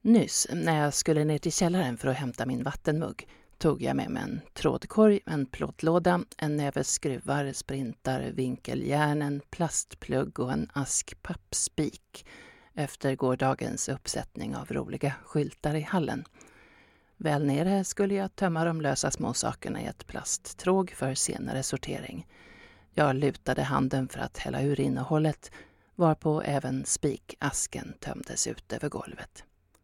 Nyss, när jag skulle ner till källaren för att hämta min vattenmugg, tog jag med mig en trådkorg, en plåtlåda, en näve skruvar, sprintar, vinkeljärn, en plastplugg och en ask pappspik efter gårdagens uppsättning av roliga skyltar i hallen. Väl nere skulle jag tömma de lösa små sakerna i ett plasttråg för senare sortering. Jag lutade handen för att hälla ur innehållet, varpå även spikasken tömdes ut över golvet.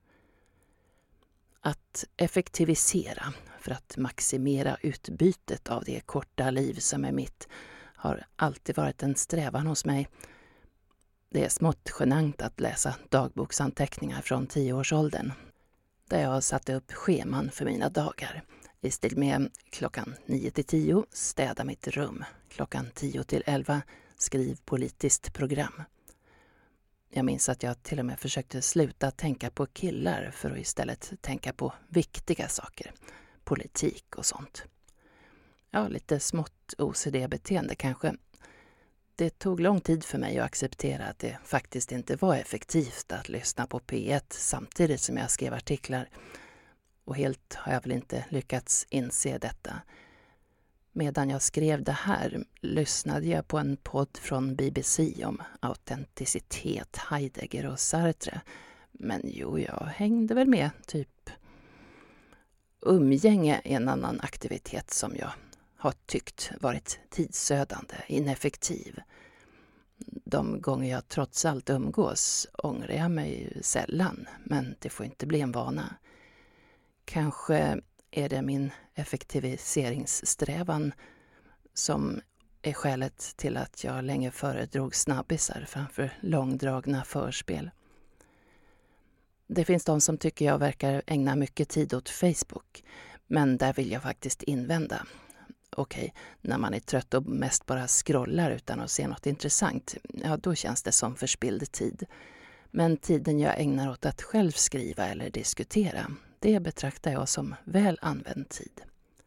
Att effektivisera för att maximera utbytet av det korta liv som är mitt har alltid varit en strävan hos mig. Det är smått genant att läsa dagboksanteckningar från 10-årsåldern, där jag satte upp scheman för mina dagar. I stil med klockan 9-10 städa mitt rum, klockan 10-11 skriv politiskt program. Jag minns att jag till och med försökte sluta tänka på killar för att istället tänka på viktiga saker, politik och sånt. Ja, lite smått OCD-beteende kanske. Det tog lång tid för mig att acceptera att det faktiskt inte var effektivt att lyssna på P1 samtidigt som jag skrev artiklar. Och helt har jag väl inte lyckats inse detta. Medan jag skrev det här lyssnade jag på en podd från BBC om autenticitet, Heidegger och Sartre. Men jag hängde väl med, typ. Umgänge är en annan aktivitet som jag har tyckt varit tidsödande, ineffektiv. De gånger jag trots allt umgås ångrar jag mig sällan, men det får inte bli en vana. Kanske är det min effektiviseringssträvan som är skälet till att jag länge föredrog snabbisar framför långdragna förspel. Det finns de som tycker jag verkar ägna mycket tid åt Facebook, men där vill jag faktiskt invända. Okej, när man är trött och mest bara scrollar utan att se något intressant, ja då känns det som förspilld tid. Men tiden jag ägnar åt att själv skriva eller diskutera, det betraktar jag som väl använd tid.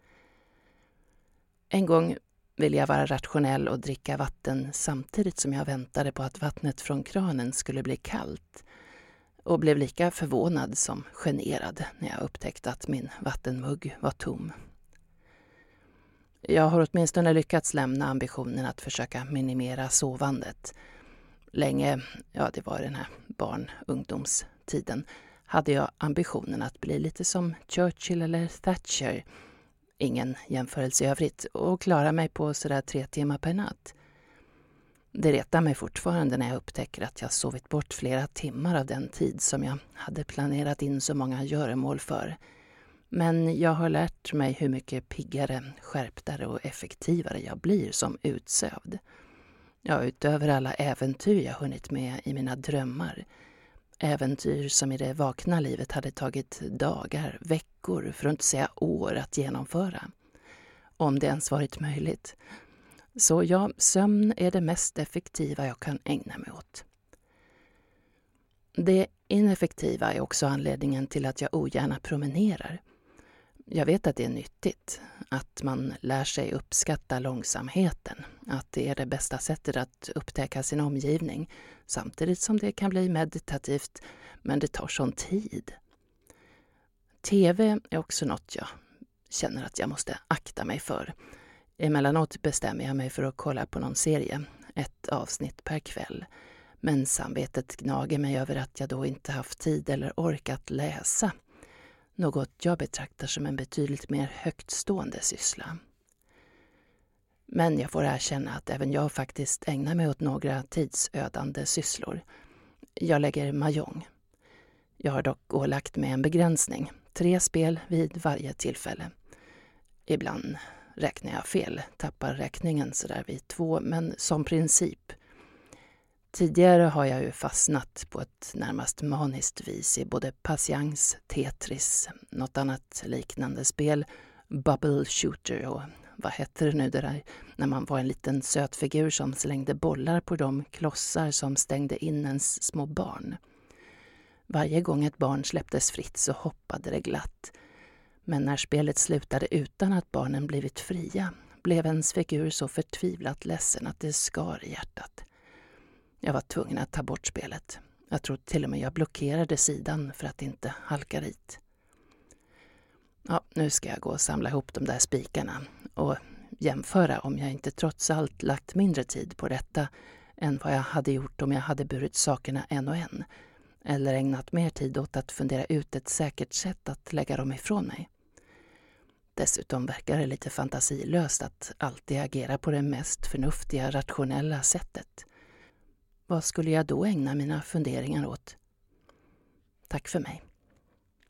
En gång ville jag vara rationell och dricka vatten samtidigt som jag väntade på att vattnet från kranen skulle bli kallt och blev lika förvånad som generad när jag upptäckte att min vattenmugg var tom. Jag har åtminstone lyckats lämna ambitionen att försöka minimera sovandet. Länge, ja det var den här ungdomstiden, hade jag ambitionen att bli lite som Churchill eller Thatcher. Ingen jämförelse i övrigt och klara mig på sådär 3 timmar per natt. Det retar mig fortfarande när jag upptäcker att jag sovit bort flera timmar av den tid som jag hade planerat in så många göromål för. Men jag har lärt mig hur mycket piggare, skärptare och effektivare jag blir som utsövd. Ja, utöver alla äventyr jag hunnit med i mina drömmar. Äventyr som i det vakna livet hade tagit dagar, veckor, för att inte säga år att genomföra. Om det ens varit möjligt. Så ja, sömn är det mest effektiva jag kan ägna mig åt. Det ineffektiva är också anledningen till att jag ogärna promenerar. Jag vet att det är nyttigt, att man lär sig uppskatta långsamheten, att det är det bästa sättet att upptäcka sin omgivning, samtidigt som det kan bli meditativt, men det tar sån tid. TV är också något jag känner att jag måste akta mig för. Emellanåt bestämmer jag mig för att kolla på någon serie, ett avsnitt per kväll. Men samvetet gnager mig över att jag då inte haft tid eller orkat läsa. Något jag betraktar som en betydligt mer högtstående syssla. Men jag får erkänna att även jag faktiskt ägnar mig åt några tidsödande sysslor. Jag lägger mahjong. Jag har dock ålagt med en begränsning. 3 spel vid varje tillfälle. Ibland räknar jag fel, tappar räkningen sådär vid 2, men som princip. Tidigare har jag ju fastnat på ett närmast maniskt vis i både patiens, Tetris, något annat liknande spel, bubble shooter och vad heter det nu det där när man var en liten söt figur som slängde bollar på de klossar som stängde in ens små barn. Varje gång ett barn släpptes fritt så hoppade det glatt. Men när spelet slutade utan att barnen blivit fria blev ens figur så förtvivlat ledsen att det skar i hjärtat. Jag var tvungen att ta bort spelet. Jag tror till och med jag blockerade sidan för att inte halka dit. Ja, nu ska jag gå och samla ihop de där spikarna och jämföra om jag inte trots allt lagt mindre tid på detta än vad jag hade gjort om jag hade burit sakerna en och en, eller ägnat mer tid åt att fundera ut ett säkert sätt att lägga dem ifrån mig. Dessutom verkar det lite fantasilöst att alltid agera på det mest förnuftiga, rationella sättet. Vad skulle jag då ägna mina funderingar åt? Tack för mig.